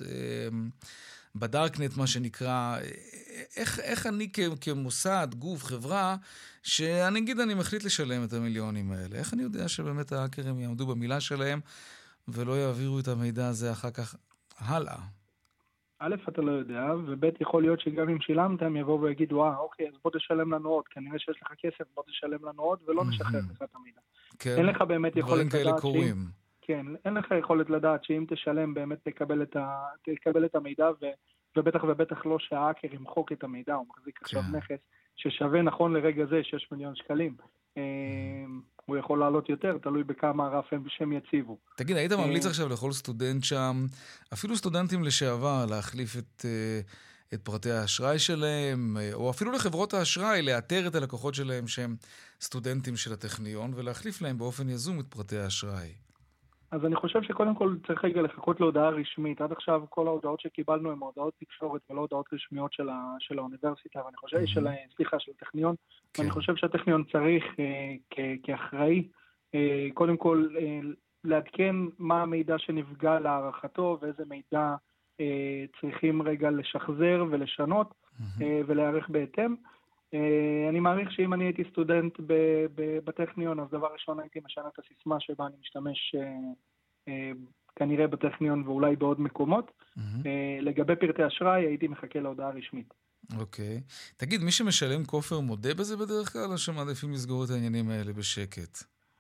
Speaker 2: בדארקנט מה שנקרא, איך אני כמוסד, גוף, חברה, שאני אגיד אני מחליט לשלם את המיליונים האלה, איך אני יודע שבאמת האקרים יעמדו במילה שלהם ולא יעבירו את המידע הזה אחר כך הלאה?
Speaker 10: א', אתה לא יודע, וב', יכול להיות שגם אם שילמת, הם יבואו ויגידו, אוקיי, אז בוא תשלם לנו עוד, כנראה שיש לך כסף, בוא תשלם לנו עוד, ולא נשחרר לך את המידע. אין לך באמת יכולת לדעת כן, אין לך יכולת לדעת שאם תשלם באמת תקבל את המידע, ובטח ובטח לא שהאקר ימחוק את המידע, הוא מחזיק עכשיו נכס ששווה נכון לרגע זה 6 מיליון שקלים. הוא יכול לעלות יותר, תלוי בכמה רף שהם יציבו.
Speaker 2: תגיד, היית ממליץ עכשיו לכל סטודנט שם, אפילו סטודנטים לשעבר, להחליף את פרטי האשראי שלהם, או אפילו לחברות האשראי, לאתר את הלקוחות שלהם שהם סטודנטים של הטכניון, ולהחליף להם באופן יזום את פרטי האשראי?
Speaker 10: אז אני חושב שקודם כל צריך רגע לחכות להודעה רשמית. עד עכשיו כל ההודעות שקיבלנו הן הודעות תקשורת ולא הודעות רשמיות של האוניברסיטה, ואני חושב, של הטכניון, ואני חושב שהטכניון צריך כאחראי, קודם כל לעדכן מה המידע שנפגע להערכתו, ואיזה מידע צריכים רגע לשחזר ולשנות ולהערך בהתאם. אני מעריך שאם אני הייתי סטודנט בטכניון, אז דבר ראשון הייתי משנה את הסיסמה שבה אני משתמש כנראה בטכניון ואולי בעוד מקומות. לגבי פרטי אשראי הייתי מחכה להודעה רשמית.
Speaker 2: אוקיי. תגיד, מי שמשלם כופר מודה בזה בדרך כלל, או שמעדיפים לסגור את העניינים האלה בשקט?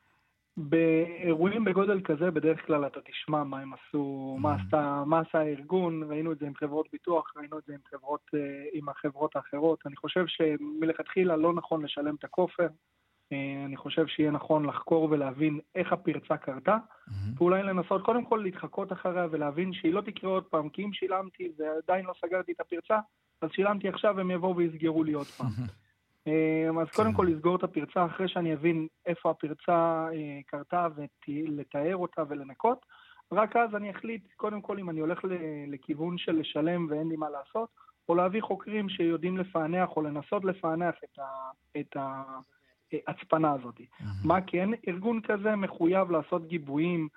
Speaker 10: באירועים בגודל כזה, בדרך כלל אתה תשמע מה הם עשו, מה עשה הארגון, ראינו את זה עם חברות ביטוח, ראינו את זה עם החברות האחרות. אני חושב שמלכתחילה לא נכון לשלם את הכופר, אני חושב שיהיה נכון לחקור ולהבין איך הפרצה קרתה, ואולי לנסות קודם כל להתחקות אחריה ולהבין שהיא לא תקרה עוד פעם, כי אם שילמתי ועדיין לא סגרתי את הפרצה, אז שילמתי עכשיו, הם יבואו ויסגרו לי עוד פעם. אז קודם כל לסגור את הפרצה אחרי שאני אבין איפה הפרצה קרתה ולתאר אותה ולנקות. רק אז אני אחליט קודם כל אם אני הולך לכיוון של לשלם ואין לי מה לעשות, או להביא חוקרים שיודעים לפענח או לנסות לפענח את ההצפנה הזאת. מה כן? ארגון כזה מחויב לעשות גיבויים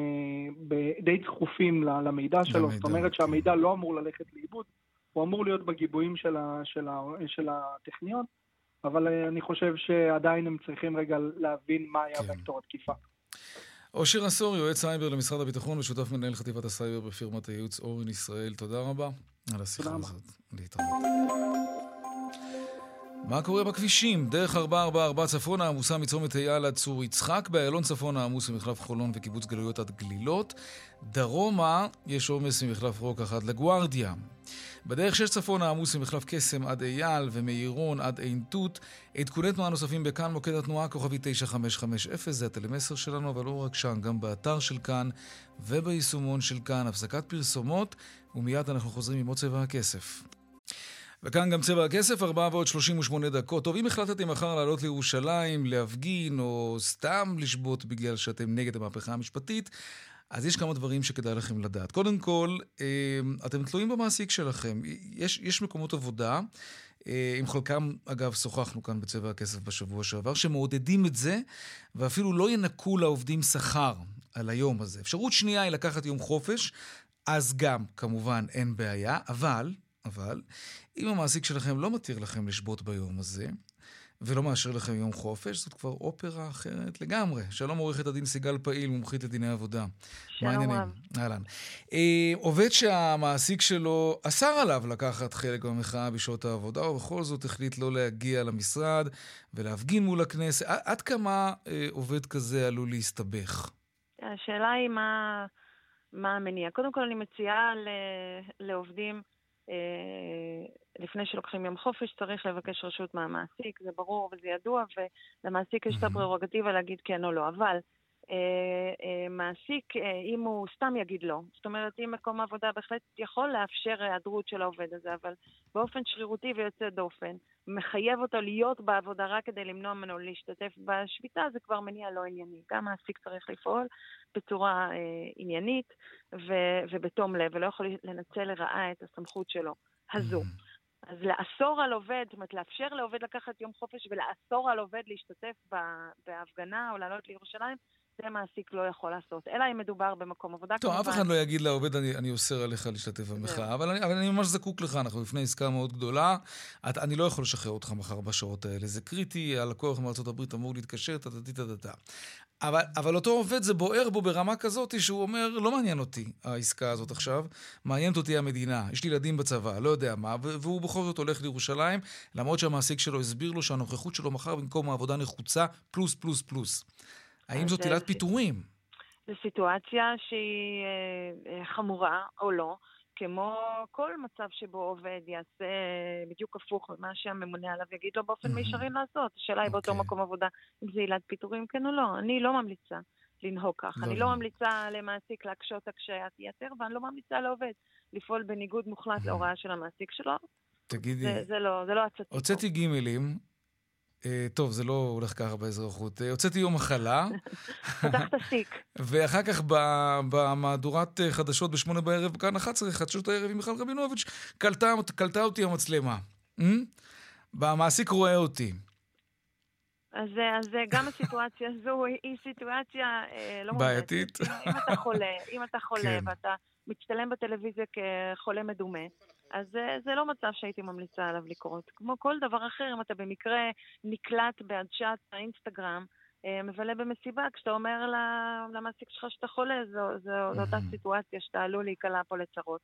Speaker 10: די דחופים למידע שלו, זאת אומרת שהמידע לא אמור ללכת לאיבוד, הוא אמור להיות בגיבויים של הטכניון, אבל אני חושב שעדיין הם צריכים רגע להבין מה היה וקטור התקיפה.
Speaker 2: אושר עשור, יועץ סייבר למשרד הביטחון ושותף מנהל חטיבת הסייבר בפירמת הייעוץ אורן ישראל. תודה רבה על השיחה הזאת. להתראות. מה קורה בכבישים? דרך 444 צפון העמוסה מצומת אייל עד צור יצחק, באיילון צפון העמוס ממחלף חולון וקיבוץ גלויות עד גלילות, דרומה יש עומס ממחלף רוקח עד לגוארדיה. בדרך 6 צפון העמוס ממחלף קסם עד אייל ומאירון עד עין תות. עדכוני תנועה נוספים בכאן, מוקד התנועה כוכבי 9550, זה הטלמסר שלנו, אבל לא רק שם, גם באתר של כאן וביישומון של כאן. הפסקת פרסומות ומיד אנחנו חוזרים עם עוד צבע הכסף. וכאן גם צבע הכסף, 4:38. טוב, אם החלטתם מחר לעלות לירושלים, להפגין או סתם לשבות בגלל שאתם נגד המהפכה המשפטית, אז יש כמה דברים שכדאי לכם לדעת. קודם כל, אתם תלויים במעסיק שלכם. יש מקומות עבודה, עם חלקם, אגב, שוחחנו כאן בצבע הכסף בשבוע שעבר, שמעודדים את זה, ואפילו לא ינקו לעובדים שכר על היום הזה. אפשרות שנייה היא לקחת יום חופש, אז גם, כמובן, אין בעיה, אבל, אם המעסיק שלכם לא מתיר לכם לשבות ביום הזה, ולא מאשר לכם יום חופש, זאת כבר אופרה אחרת לגמרי. שלום עורכת הדין סיגל פעיל, מומחית לדיני עבודה.
Speaker 11: שלום רב.
Speaker 2: אהלן. עובד שהמעסיק שלו אסר עליו לקחת חלק במחאה בשעות העבודה, ובכל זאת החליט לא להגיע למשרד ולהפגין מול הכנסת. עד כמה עובד כזה עלול להסתבך?
Speaker 11: השאלה היא מה המניע. קודם כל אני מציעה לעובדים, לפני שלוקחים יום חופש, צריך לבקש רשות מהמעסיק, זה ברור וזה ידוע, ולמעסיק יש את הפררוגטיבה להגיד כן או לא, אבל מעסיק, אם הוא סתם יגיד לא, זאת אומרת, אם מקום העבודה בהחלט יכול לאפשר היעדרות של העובד הזה, אבל באופן שרירותי ויוצא דופן, מחייב אותו להיות בעבודה רק כדי למנוע ממנו להשתתף בשביתה, זה כבר מניע לא ענייני. גם מעסיק צריך לפעול בצורה עניינית ובתום לב, ולא יכול לנצל לרעה את הסמכות שלו, הזו. אז לאסור על עובד, זאת אומרת, לאפשר לעובד לקחת יום חופש ולאסור על עובד להשתתף בהפגנה או לעלות לירושלים, זה מעסיק לא יכול לעשות, אלא אם מדובר במקום עבודה.
Speaker 2: טוב, אף אחד לא יגיד לעובד, אני אוסר עליך להשתתף במחאה, אבל אני ממש זקוק לך, אנחנו לפני עסקה מאוד גדולה, אני לא יכול לשחרר אותך מחר בשעות האלה, זה קריטי, הלקוח מארצות הברית אמור להתקשר, תתתתתת. אבל אותו עובד זה בוער בו ברמה כזאת שהוא אומר, לא מעניין אותי העסקה הזאת עכשיו, מעניינת אותי המדינה, יש לי ילדים בצבא, לא יודע מה, והוא בכל זאת הולך לירושלים, למרות שהמעסיק שלו הסביר לו שהנוכחות שלו מחר במקום העבודה נחוצה פלוס פלוס פלוס. האם זאת עילת פיטורים?
Speaker 11: זו סיטואציה שהיא חמורה או לא, כמו כל מצב שבו עובד יעשה בדיוק הפוך ממה שהממונה עליו יגיד לו באופן מישרין לעשות. השאלה היא באותו מקום עבודה, אם זה עילת פיטורים כן או לא. אני לא ממליצה לנהוג כך. אני לא ממליצה למעסיק להקשות הקשיית יתר, ואני לא ממליצה לעובד לפעול בניגוד מוחלט להוראה של המעסיק שלו.
Speaker 2: תגידי,
Speaker 11: זה לא הצעתי.
Speaker 2: הוצאתי גימלים, טוב, זה לא הולך ככה באזרחות. הוצאתי יום מחלה.
Speaker 11: פתחת סיק.
Speaker 2: ואחר כך במהדורת חדשות ב8 בערב, כאן 11, חדשות הערב עם מיכל רבינוביץ', קלטה אותי המצלמה. במעסיק רואה אותי.
Speaker 11: אז גם הסיטואציה הזו היא סיטואציה לא
Speaker 2: בעייתית.
Speaker 11: אם אתה חולה ואתה מצטלם בטלוויזיה כחולה מדומה, אז זה לא מצב שהייתי ממליצה עליו לקרות. כמו כל דבר אחר, אם אתה במקרה נקלט בעדשת האינסטגרם, מבלה במסיבה, כשאתה אומר למעסיק שלך שאתה חולה, זו אותה סיטואציה שאתה עלול להיקלע פה לצרות.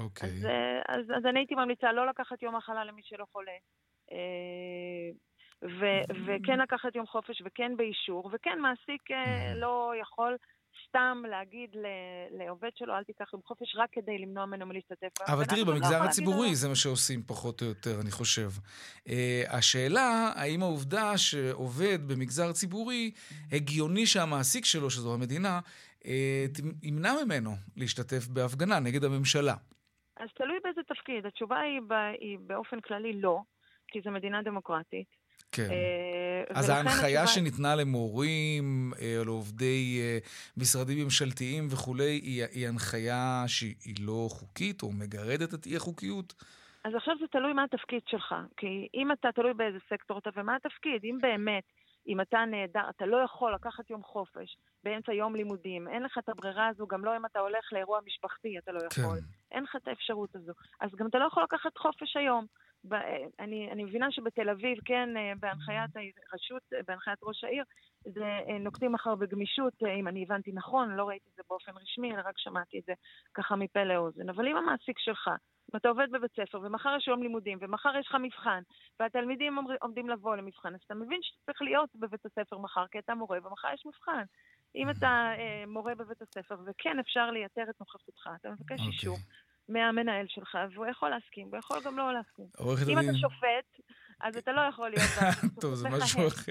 Speaker 11: אז אני הייתי ממליצה לא לקחת יום מחלה למי שלא חולה, וכן לקחת יום חופש, וכן באישור, וכן מעסיק לא יכול סתם להגיד לעובד שלו, אל תיקח יום חופש, רק כדי למנוע ממנו מלהשתתף.
Speaker 2: אבל תראי, במגזר הציבורי זה מה שעושים פחות או יותר, אני חושב. השאלה, האם העובדה שעובד במגזר ציבורי, הגיוני שהמעסיק שלו, שזו המדינה, ימנע ממנו להשתתף בהפגנה נגד הממשלה?
Speaker 11: אז תלוי באיזה תפקיד. התשובה היא באופן כללי לא, כי זו מדינה דמוקרטית.
Speaker 2: כן. אז ההנחיה שניתנה למורים, לעובדי משרדים ממשלתיים וכולי, היא הנחיה שהיא לא חוקית או מגרדת את אי החוקיות?
Speaker 11: אז עכשיו זה תלוי מה התפקיד שלך. כי אם אתה תלוי באיזה סקטור אתה ומה התפקיד, אם באמת, אם אתה נהדר, אתה לא יכול לקחת יום חופש באמצע יום לימודים, אין לך את הברירה הזו, גם לא אם אתה הולך לאירוע משפחתי, אתה לא יכול. אין לך את האפשרות הזו. אז גם אתה לא יכול לקחת חופש היום. אני מבינה שבתל אביב, כן, בהנחיית הרשות, בהנחיית ראש העיר, זה נוקטים מחר בגמישות, אם אני הבנתי נכון, לא ראיתי את זה באופן רשמי, אלא רק שמעתי את זה ככה מפה לאוזן. אבל אם המעסיק שלך, אם אתה עובד בבית ספר, ומחר יש יום לימודים, ומחר יש לך מבחן, והתלמידים עומדים לבוא למבחן, אז אתה מבין שאתה צריך להיות בבית הספר מחר, כי אתה מורה, ומחר יש מבחן. אם אתה מורה בבית הספר, וכן אפשר לייתר את נוכחותך, אתה מבקש אישור. מהמנהל שלך, והוא יכול להסכים, והוא יכול גם לא להסכים. אם אתה שופט, אז אתה לא יכול להיות...
Speaker 2: טוב, זה משהו אחר.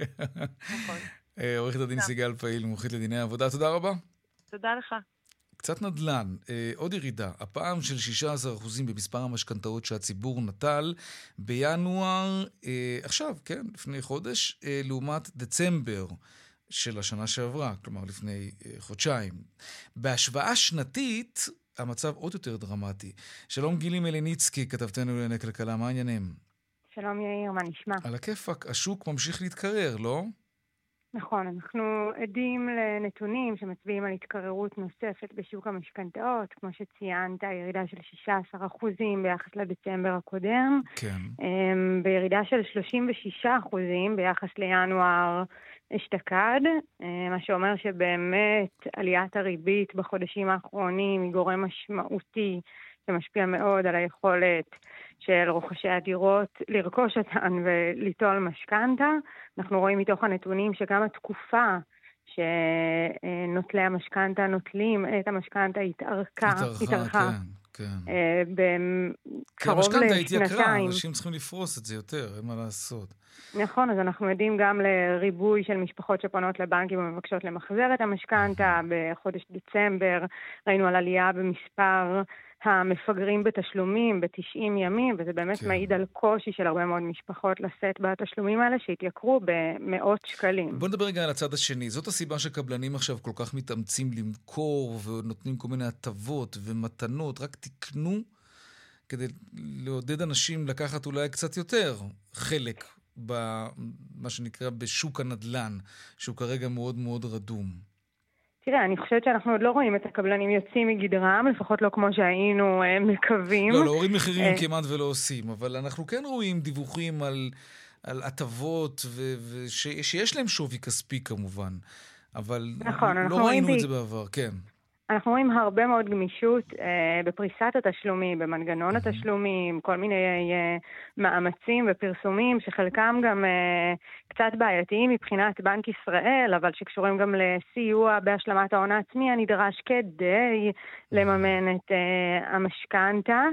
Speaker 2: עורכת הדין סיגל פעיל, מומחית לדיני עבודה, תודה רבה.
Speaker 11: תודה לך.
Speaker 2: קצת נדל"ן, עוד ירידה, הפעם של 16% במספר המשכנתאות שהציבור נטל בינואר, עכשיו, כן, לפני חודש, לעומת דצמבר של השנה שעברה, כלומר לפני חודשיים. בהשוואה שנתית, המצב עוד יותר דרמטי. שלום גילי מליניצקי, כתבתנו לענייני כלכלה, מה העניינים?
Speaker 12: שלום יאיר, מה נשמע?
Speaker 2: על הכיפק, השוק ממשיך להתקרר, לא?
Speaker 4: נכון, אנחנו עדים לנתונים שמצביעים על התקררות נוספת בשוק המשכנתאות, כמו שציינת, ירידה של 16% ביחס לדצמבר הקודם,
Speaker 2: כן.
Speaker 4: בירידה של 36% ביחס לינואר אשתקד, מה שאומר שבאמת עליית הריבית בחודשים האחרונים היא גורם משמעותי שמשפיע מאוד על היכולת של רוכשי הדירות לרכוש אותן וליטול משכנתה. אנחנו רואים מתוך הנתונים שגם התקופה שנוטלי המשכנתה נוטלים את המשכנתה התארכה.
Speaker 2: כן.
Speaker 4: קרוב לשנתיים.
Speaker 2: התייקרה, אנשים צריכים לפרוס את זה יותר, אין מה לעשות.
Speaker 4: נכון, אז אנחנו עדים גם לריבוי של משפחות שפונות לבנקים ומבקשות למחזר את המשכנתה. בחודש דצמבר ראינו על עלייה במספר המפגרים בתשלומים ב-90 ימים, וזה באמת מעיד על קושי של הרבה מאוד משפחות לשאת בתשלומים האלה שהתייקרו במאות שקלים.
Speaker 2: בוא נדבר רגע על הצד השני. זאת הסיבה שקבלנים עכשיו כל כך מתאמצים למכור ונותנים כל מיני הטבות ומתנות, רק תקנו כדי לעודד אנשים לקחת אולי קצת יותר חלק במה שנקרא בשוק הנדלן, שהוא כרגע מאוד מאוד רדום.
Speaker 4: תראה, אני חושבת שאנחנו עוד לא רואים את הקבלנים יוצאים מגדרם, לפחות לא כמו שהיינו מקווים.
Speaker 2: לא, להוריד מחירים כמעט ולא עושים, אבל אנחנו כן רואים דיווחים על הטבות, שיש להם שווי כספי כמובן, אבל לא ראינו את זה בעבר, כן.
Speaker 4: אנחנו רואים הרבה מאוד גמישות בפריסת התשלומים, במנגנון התשלומים, כל מיני מאמצים ופרסומים שחלקם גם קצת בעייתיים מבחינת בנק ישראל, אבל שקשורים גם לסיוע בהשלמת ההון העצמי הנדרש כדי לממן את המשכנתה.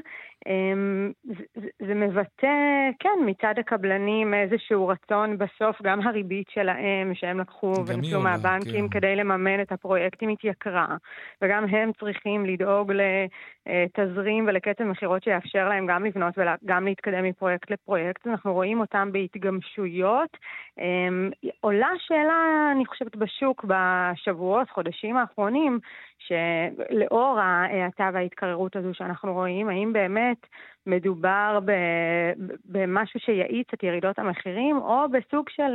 Speaker 4: זה מבטא, כן, מצד הקבלנים איזשהו רצון בסוף, גם הריבית שלהם שהם לקחו ונטלו מהבנקים כדי לממן את הפרויקטים התייקרה, וגם הם צריכים לדאוג לתזרים ולקצב מחירות שיאפשר להם גם לבנות וגם להתקדם מפרויקט לפרויקט. אנחנו רואים אותם בהתגמשויות. עולה שאלה, אני חושבת, בשוק בשבועות, חודשים האחרונים, שלאור ההאטה וההתקררות הזו שאנחנו רואים, האם באמת מדובר במשהו שיעיץ את ירידות המחירים, או בסוג של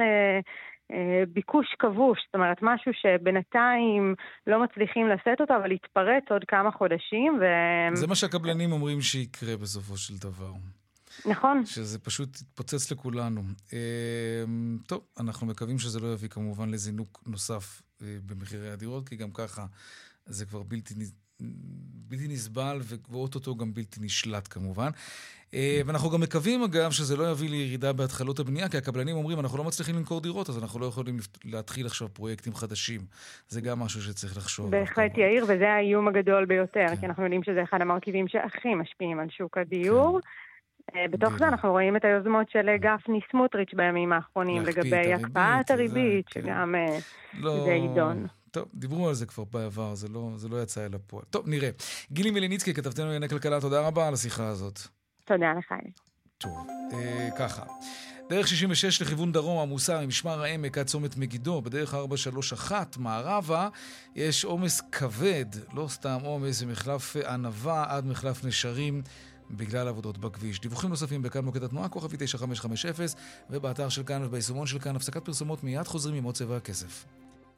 Speaker 4: ביקוש כבוש, זאת אומרת, משהו שבינתיים לא מצליחים לשאת אותו, אבל יתפרץ עוד כמה חודשים.
Speaker 2: זה מה שהקבלנים אומרים שיקרה בסופו של דבר.
Speaker 4: נכון.
Speaker 2: שזה פשוט יתפוצץ לכולנו. טוב, אנחנו מקווים שזה לא יביא כמובן לזינוק נוסף במחירי הדירות, כי גם ככה זה כבר בלתי נסבל, ואוטוטו גם בלתי נשלט כמובן. ואנחנו גם מקווים אגב שזה לא יביא לירידה בהתחלות הבנייה, כי הקבלנים אומרים אנחנו לא מצליחים למכור דירות, אז אנחנו לא יכולים להתחיל עכשיו פרויקטים חדשים. זה גם משהו שצריך לחשוב.
Speaker 4: בהחלט יאיר, וזה האיום הגדול ביותר, כי אנחנו יודעים שזה אחד המרכיבים שהכי משפיעים על שוק הדיור. בתוך זה אנחנו רואים את היוזמות של גפני סמוטריץ' בימים האחרונים לגבי הקפאת הריבית, שגם זה עידון.
Speaker 2: טוב, דיברו על זה כבר בעבר, זה לא יצא אל הפועל. טוב, נראה. גילי מליניצקי, כתבתנו לענייני כלכלה, תודה רבה על השיחה הזאת.
Speaker 4: תודה לך.
Speaker 2: טוב, ככה. דרך 66 לכיוון דרום עמוסה ממשמר העמק עד צומת מגידו, בדרך 431 מערבה יש עומס כבד, לא סתם עומס, ממחלף ענבה עד מחלף נשרים, בגלל עבודות בכביש. דיווחים נוספים בכאן מוקד התנועה, כוכבי 9550, ובאתר של כאן וביישומון של כאן. הפסקת פרסומות, מיד חוזרים עם עוד צבע הכסף.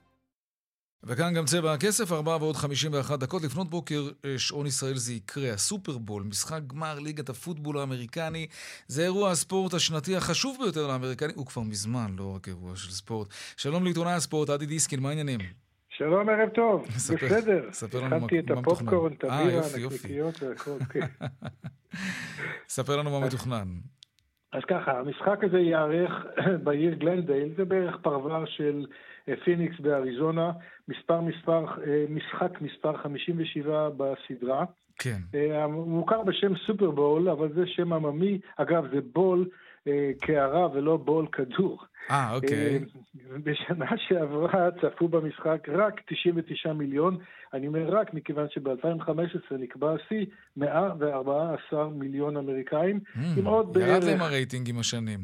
Speaker 2: וכאן גם צבע הכסף, 4:51 לפנות בוקר, שעון ישראל זה יקרה. הסופרבול, משחק גמר ליגת הפוטבול האמריקני, זה אירוע הספורט השנתי החשוב ביותר לאמריקני, הוא כבר מזמן לא רק אירוע של ספורט. שלום לעיתונאי הספורט, עדי דיסקין, מה העניינים?
Speaker 12: שלום, ערב טוב, בסדר.
Speaker 2: ספר לנו
Speaker 12: הכנתי את הפופקורן, את הבירה, הנקניקיות והכל, כן.
Speaker 2: ספר לנו מה מתוכנן.
Speaker 12: אז ככה, המשחק הזה יערך בעיר גלנדייל, זה בערך פרבר של פיניקס באריזונה, משחק מספר 57 בסדרה.
Speaker 2: כן.
Speaker 12: מוכר בשם סופרבול, אבל זה שם עממי, אגב זה בול קערה ולא בול כדור.
Speaker 2: אוקיי.
Speaker 12: בשנה שעברה צפו במשחק רק 99 מיליון, אני אומר רק מכיוון שב-2015 נקבע השיא 114 מיליון אמריקאים.
Speaker 2: ירד להם הרייטינג עם השנים.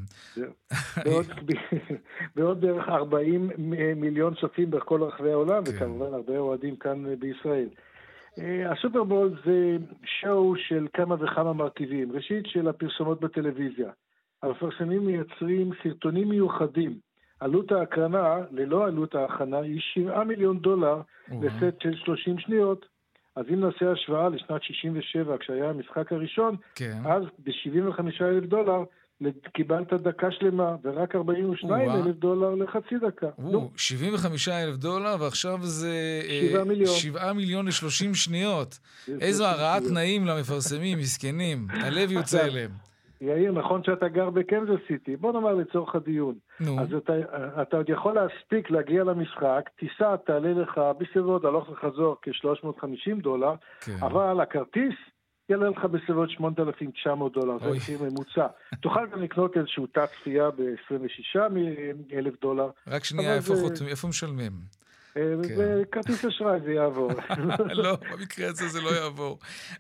Speaker 12: בעוד בערך 40 מיליון צופים בכל רחבי העולם, וכמובן הרבה אוהדים כאן בישראל. הסופרבול זה שואו של כמה וכמה מרכיבים. ראשית של הפרסומות בטלוויזיה. המפרסמים מייצרים סרטונים מיוחדים עלות ההקרנה, ללא עלות ההכנה, היא $7 מיליון לסט של 30 שניות. אז אם נעשה השוואה לשנת 67, כשהיה המשחק הראשון, אז $75,000 קיבלת דקה שלמה, ורק $42,000 לחצי דקה.
Speaker 2: $75,000, ועכשיו זה 7 מיליון ל-30 שניות. איזו הרעת תנאים למפרסמים, מסכנים. הלב יוצא אליהם.
Speaker 12: יאיר, נכון שאתה גר בקנזס סיטי, בוא נאמר לצורך הדיון. אז אתה עוד יכול להספיק להגיע למשחק, טיסה תעלה לך בסביבות הלוך וחזור $350, אבל הכרטיס יעלה לך בסביבות $8,900, זה מחיר ממוצע. תוכל גם לקנות איזשהו תת צפייה $26,000.
Speaker 2: רק שנייה, איפה משלמים?
Speaker 12: בכרטיס אשראי זה יעבור.
Speaker 2: לא, במקרה הזה זה לא יעבור.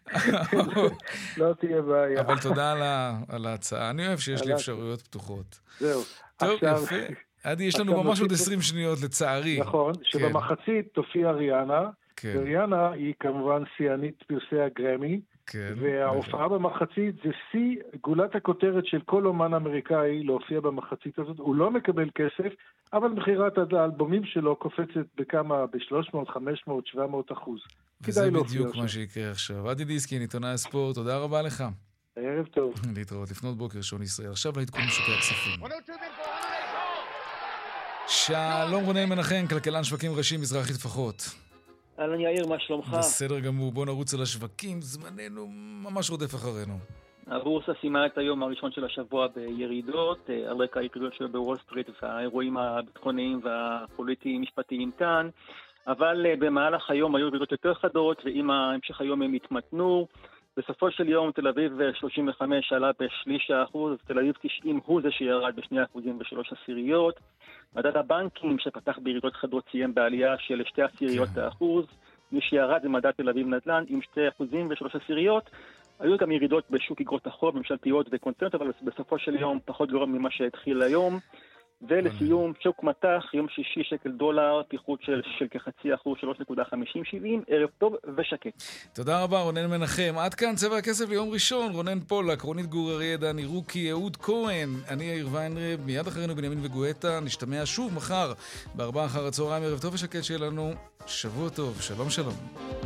Speaker 12: לא תהיה בעיה.
Speaker 2: אבל תודה על ההצעה. אני אוהב שיש לי אפשרויות פתוחות.
Speaker 12: זהו.
Speaker 2: טוב, יפה. עדי, יש לנו ממש עוד 20 שניות, לצערי.
Speaker 12: נכון, שבמחצית תופיע ריאנה. ריאנה היא כמובן שיאנית פרסי הגרמי. וההופעה במחצית זה גולת הכותרת של כל אומן אמריקאי להופיע במחצית הזאת. הוא לא מקבל כסף, אבל מחירת האלבומים שלו קופצת בכמה, ב-300, 500, 700%.
Speaker 2: וזה בדיוק מה שיקרה עכשיו. עדי דיסקין, עיתונאי הספורט, תודה רבה לך.
Speaker 12: ערב טוב.
Speaker 2: להתראות, לפנות בוקר, שעון ישראל. עכשיו לעדכון שוקי הכספים. שלום רונן מנחם, כלכלן שווקים ראשי מזרחי טפחות.
Speaker 13: אהלן יאיר, מה שלומך?
Speaker 2: בסדר גמור, בוא נרוץ על השווקים, זמננו ממש רודף אחרינו.
Speaker 13: הבורסה סיימה את היום הראשון של השבוע בירידות, על רקע הירידות שלו בוול סטריט והאירועים הביטחוניים והפוליטיים משפטיים כאן, אבל במהלך היום היו ירידות יותר חדות, ועם המשך היום הם התמתנו. בסופו של יום תל אביב 35 עלה ב0.3%, תל אביב 90 הוא זה שירד ב2.3%. מדד הבנקים שפתח בירידות חדות סיים בעלייה של 0.2%. מי שירד זה מדד תל אביב נדל"ן עם 2.3%. היו גם ירידות בשוק אגרות החוב, ממשלתיות וקונצרנט, אבל בסופו של יום פחות גרוע ממה שהתחיל היום. ולסיום, שוק מטח, יום שישי שקל דולר, פיחות של כ0.5%, 3.5070, ערב טוב ושקט.
Speaker 2: תודה רבה, רונן מנחם. עד כאן צבע הכסף ליום ראשון, רונן פולק, רונית גור אריה, דני רוקי, אהוד כהן, אני יאיר ויינרב, מיד אחרינו בנימין וגואטה, נשתמע שוב מחר ב4 אחר הצהריים, ערב טוב ושקט שלנו, שבוע טוב, שלום שלום.